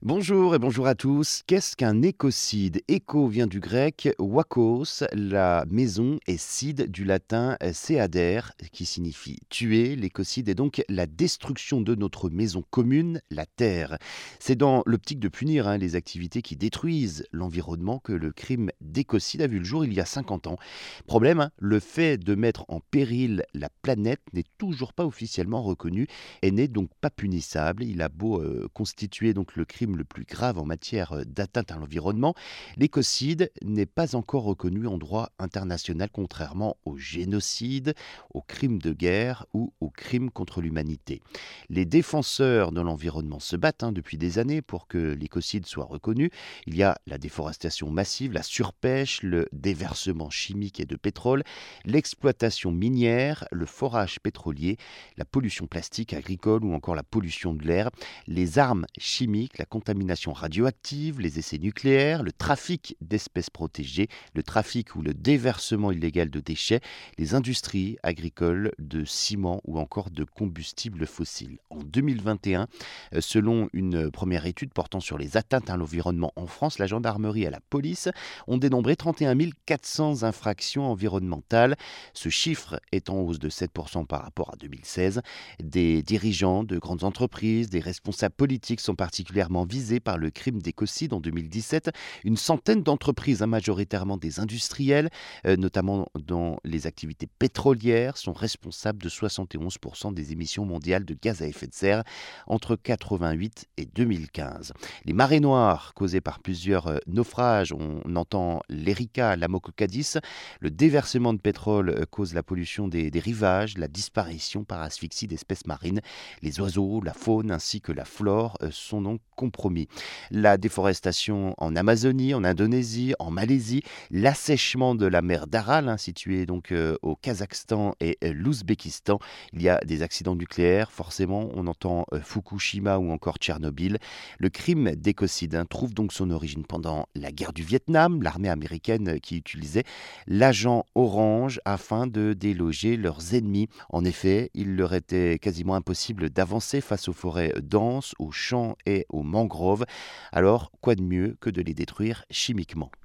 Bonjour et bonjour à tous. Qu'est-ce qu'un écocide? Éco vient du grec wakos, la maison, et cide du latin seader, qui signifie tuer. L'écocide est donc la destruction de notre maison commune, la terre. C'est dans l'optique de punir les activités qui détruisent l'environnement que le crime d'écocide a vu le jour il y a 50 ans. Problème, le fait de mettre en péril la planète n'est toujours pas officiellement reconnu et n'est donc pas punissable. Il a beau constituer donc le crime le plus grave en matière d'atteinte à l'environnement, l'écocide n'est pas encore reconnu en droit international, contrairement au génocide, aux crimes de guerre ou aux crimes contre l'humanité. Les défenseurs de l'environnement se battent depuis des années pour que l'écocide soit reconnu. Il y a la déforestation massive, la surpêche, le déversement chimique et de pétrole, l'exploitation minière, le forage pétrolier, la pollution plastique agricole ou encore la pollution de l'air, les armes chimiques, la contamination radioactive, les essais nucléaires, le trafic d'espèces protégées, le trafic ou le déversement illégal de déchets, les industries agricoles, de ciment ou encore de combustibles fossiles. En 2021, selon une première étude portant sur les atteintes à l'environnement en France, la gendarmerie et la police ont dénombré 31 400 infractions environnementales. Ce chiffre est en hausse de 7% par rapport à 2016. Des dirigeants de grandes entreprises, des responsables politiques sont particulièrement visés par le crime d'écocide en 2017. Une centaine d'entreprises, majoritairement des industriels, notamment dans les activités pétrolières, sont responsables de 71% des émissions mondiales de gaz à effet de serre entre 88 et 2015. Les marées noires causées par plusieurs naufrages, on entend l'Erika, l'Amoco-Cadiz, le déversement de pétrole cause la pollution des rivages, la disparition par asphyxie d'espèces marines. Les oiseaux, la faune ainsi que la flore sont donc compromis. La déforestation en Amazonie, en Indonésie, en Malaisie, l'assèchement de la mer d'Aral, située donc au Kazakhstan et l'Ouzbékistan. Il y a des accidents nucléaires, forcément, on entend Fukushima ou encore Tchernobyl. Le crime d'écocide trouve donc son origine pendant la guerre du Vietnam, l'armée américaine qui utilisait l'agent orange afin de déloger leurs ennemis. En effet, il leur était quasiment impossible d'avancer face aux forêts denses, aux champs et aux mangroves. Alors, quoi de mieux que de les détruire chimiquement?